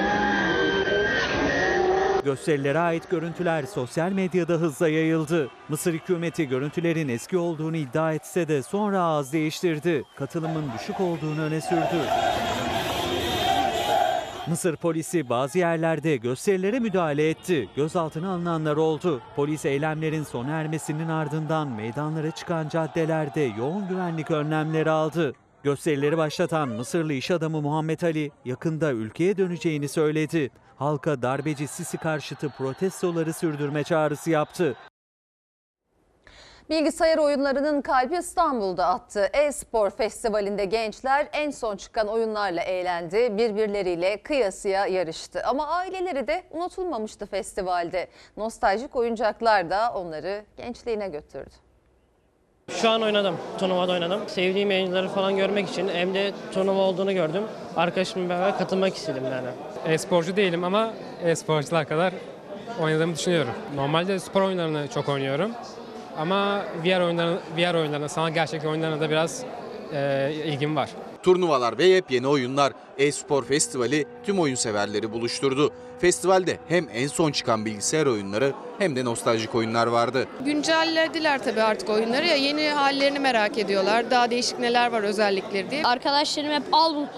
Gösterilere ait görüntüler sosyal medyada hızla yayıldı. Mısır hükümeti görüntülerin eski olduğunu iddia etse de sonra ağız değiştirdi. Katılımın düşük olduğunu öne sürdü. Mısır polisi bazı yerlerde gösterilere müdahale etti. Gözaltına alınanlar oldu. Polis eylemlerin sona ermesinin ardından meydanlara çıkan caddelerde yoğun güvenlik önlemleri aldı. Gösterileri başlatan Mısırlı iş adamı Muhammed Ali yakında ülkeye döneceğini söyledi. Halka darbeci Sisi karşıtı protestoları sürdürme çağrısı yaptı. Bilgisayar oyunlarının kalbi İstanbul'da attı. E-Spor Festivali'nde gençler en son çıkan oyunlarla eğlendi, birbirleriyle kıyasıya yarıştı. Ama aileleri de unutulmamıştı festivalde. Nostaljik oyuncaklar da onları gençliğine götürdü. Şu an oynadım, turnuvada oynadım. Sevdiğim yayıncıları falan görmek için hem de turnuva olduğunu gördüm. Arkadaşımla beraber katılmak istedim yani. E-sporcu değilim ama e-sporcular kadar oynadığımı düşünüyorum. Normalde spor oyunlarını çok oynuyorum. Ama VR oyunlarına, sanal gerçeklik oyunlarına da biraz ilgim var. Turnuvalar ve yepyeni oyunlar, e-spor festivali tüm oyun severleri buluşturdu. Festivalde hem en son çıkan bilgisayar oyunları hem de nostaljik oyunlar vardı. Güncellediler tabii artık oyunları, ya yeni hallerini merak ediyorlar. Daha değişik neler var özellikleri diye. Arkadaşlarım hep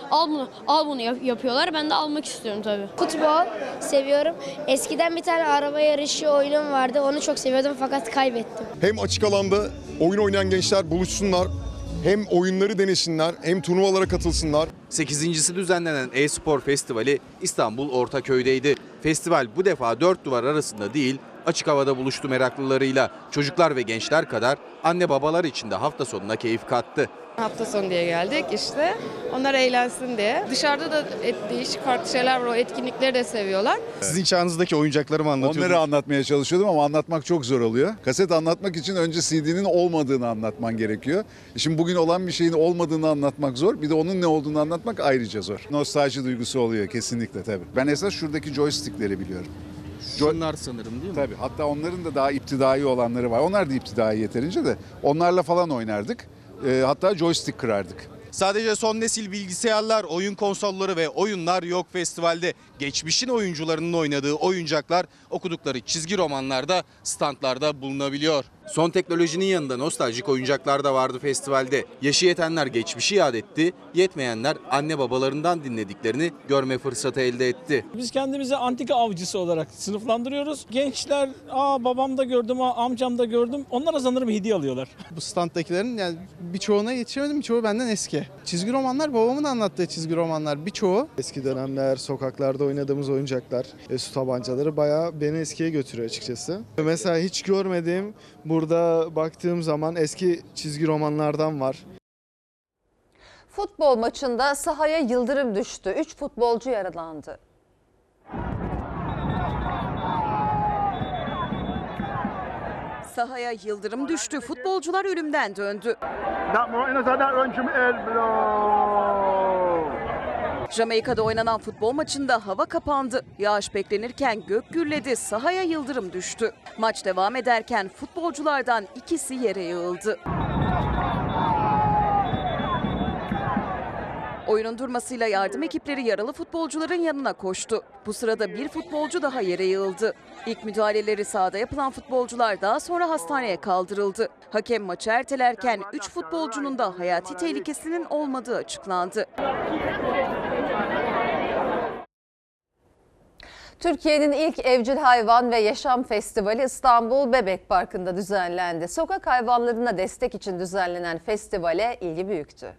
al bunu yapıyorlar. Ben de almak istiyorum tabii. Futbol seviyorum. Eskiden bir tane araba yarışı oyunum vardı. Onu çok seviyordum fakat kaybettim. Hem açık alanda oyun oynayan gençler buluşsunlar. Hem oyunları denesinler, hem turnuvalara katılsınlar. 8.'si düzenlenen e-spor festivali İstanbul Ortaköy'deydi. Festival bu defa 4 duvar arasında değil, açık havada buluştu meraklılarıyla. Çocuklar ve gençler kadar anne babalar için de hafta sonuna keyif kattı. Hafta sonu diye geldik işte. Onlar eğlensin diye. Dışarıda da değişik farklı şeyler var. O etkinlikleri de seviyorlar. Sizin çağınızdaki oyuncakları mı anlatıyordunuz? Onları anlatmaya çalışıyordum ama anlatmak çok zor oluyor. Kaset anlatmak için önce CD'nin olmadığını anlatman gerekiyor. Şimdi bugün olan bir şeyin olmadığını anlatmak zor. Bir de onun ne olduğunu anlatmak ayrıca zor. Nostalji duygusu oluyor kesinlikle tabii. Ben esas şuradaki joystickleri biliyorum. Şunlar sanırım değil mi? Tabii. Hatta onların da daha iptidai olanları var. Onlar da iptidai yeterince de. Onlarla falan oynardık. Hatta joystick kırardık. Sadece son nesil bilgisayarlar, oyun konsolları ve oyunlar yok festivalde. Geçmişin oyuncularının oynadığı oyuncaklar okudukları çizgi romanlarda, standlarda bulunabiliyor. Son teknolojinin yanında nostaljik oyuncaklar da vardı festivalde. Yaşı yetenler geçmişi yad etti, yetmeyenler anne babalarından dinlediklerini görme fırsatı elde etti. Biz kendimizi antika avcısı olarak sınıflandırıyoruz. Gençler, babam da gördüm, amcam da gördüm. Onlara sanırım hediye alıyorlar. Bu standtakilerin yani birçoğuna yetişemedim, birçoğu benden eski. Çizgi romanlar, babamın anlattığı çizgi romanlar birçoğu. Eski dönemler, sokaklarda oynadığımız oyuncaklar, su tabancaları bayağı beni eskiye götürüyor açıkçası. Mesela hiç görmediğim, burada baktığım zaman eski çizgi romanlardan var. Futbol maçında sahaya yıldırım düştü. 3 futbolcu yaralandı. Sahaya yıldırım düştü. Futbolcular ölümden döndü. Jamaika'da oynanan futbol maçında hava kapandı. Yağış beklenirken gök gürledi, sahaya yıldırım düştü. Maç devam ederken futbolculardan ikisi yere yığıldı. Oyunun durmasıyla yardım ekipleri yaralı futbolcuların yanına koştu. Bu sırada bir futbolcu daha yere yığıldı. İlk müdahaleleri sahada yapılan futbolcular daha sonra hastaneye kaldırıldı. Hakem maçı ertelerken 3 futbolcunun da hayati tehlikesinin olmadığı açıklandı. Türkiye'nin ilk evcil hayvan ve yaşam festivali İstanbul Bebek Parkı'nda düzenlendi. Sokak hayvanlarına destek için düzenlenen festivale ilgi büyüktü.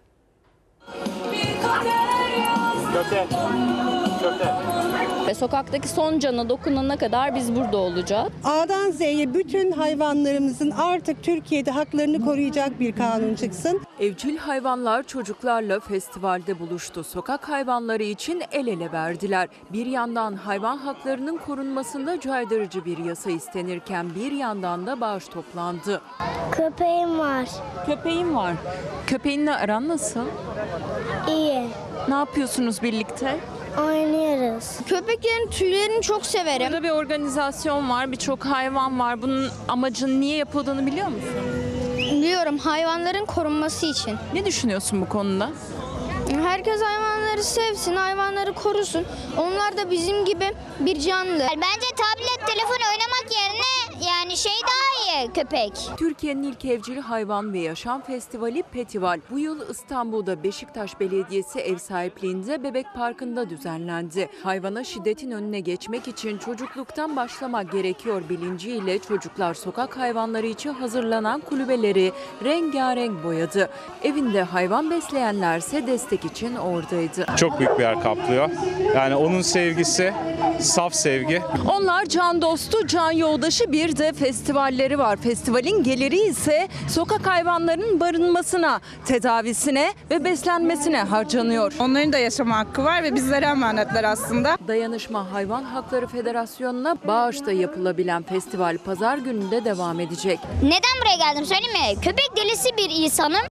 Sokaktaki son cana dokunana kadar biz burada olacağız. A'dan Z'ye bütün hayvanlarımızın artık Türkiye'de haklarını koruyacak bir kanun çıksın. Evcil hayvanlar çocuklarla festivalde buluştu. Sokak hayvanları için el ele verdiler. Bir yandan hayvan haklarının korunmasında caydırıcı bir yasa istenirken bir yandan da bağış toplandı. Köpeğim var. Köpeğin var. Köpeğinle aran nasıl? İyi. Ne yapıyorsunuz birlikte? Oynuyoruz. Köpeklerin tüylerini çok severim. Burada bir organizasyon var, birçok hayvan var. Bunun amacının niye yapıldığını biliyor musun? Biliyorum, hayvanların korunması için. Ne düşünüyorsun bu konuda? Herkes hayvanları sevsin, hayvanları korusun. Onlar da bizim gibi bir canlı. Bence tablet, telefon oynamak yerine yani daha iyi köpek. Türkiye'nin ilk evcil hayvan ve yaşam festivali Petival bu yıl İstanbul'da Beşiktaş Belediyesi ev sahipliğinde Bebek Parkı'nda düzenlendi. Hayvana şiddetin önüne geçmek için çocukluktan başlamak gerekiyor bilinciyle çocuklar sokak hayvanları için hazırlanan kulübeleri rengarenk boyadı. Evinde hayvan besleyenlerse destek için oradaydı. Çok büyük bir yer kaplıyor. Yani onun sevgisi, saf sevgi. Onlar can dostu, can yoldaşı, bir de festivalleri var. Festivalin geliri ise sokak hayvanlarının barınmasına, tedavisine ve beslenmesine harcanıyor. Onların da yaşama hakkı var ve bizlere emanetler aslında. Dayanışma Hayvan Hakları Federasyonu'na bağışta yapılabilen festival pazar günü de devam edecek. Neden buraya geldim söyleyeyim mi? Köpek delisi bir insanım.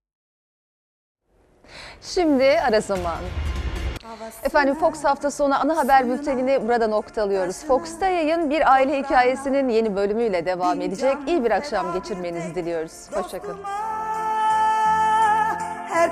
Şimdi ara zamanı. Efendim Fox hafta sonu ana haber bültenini burada noktalıyoruz. Fox'ta yayın bir aile hikayesinin yeni bölümüyle devam edecek. İyi bir akşam geçirmenizi diliyoruz. Hoşça kalın.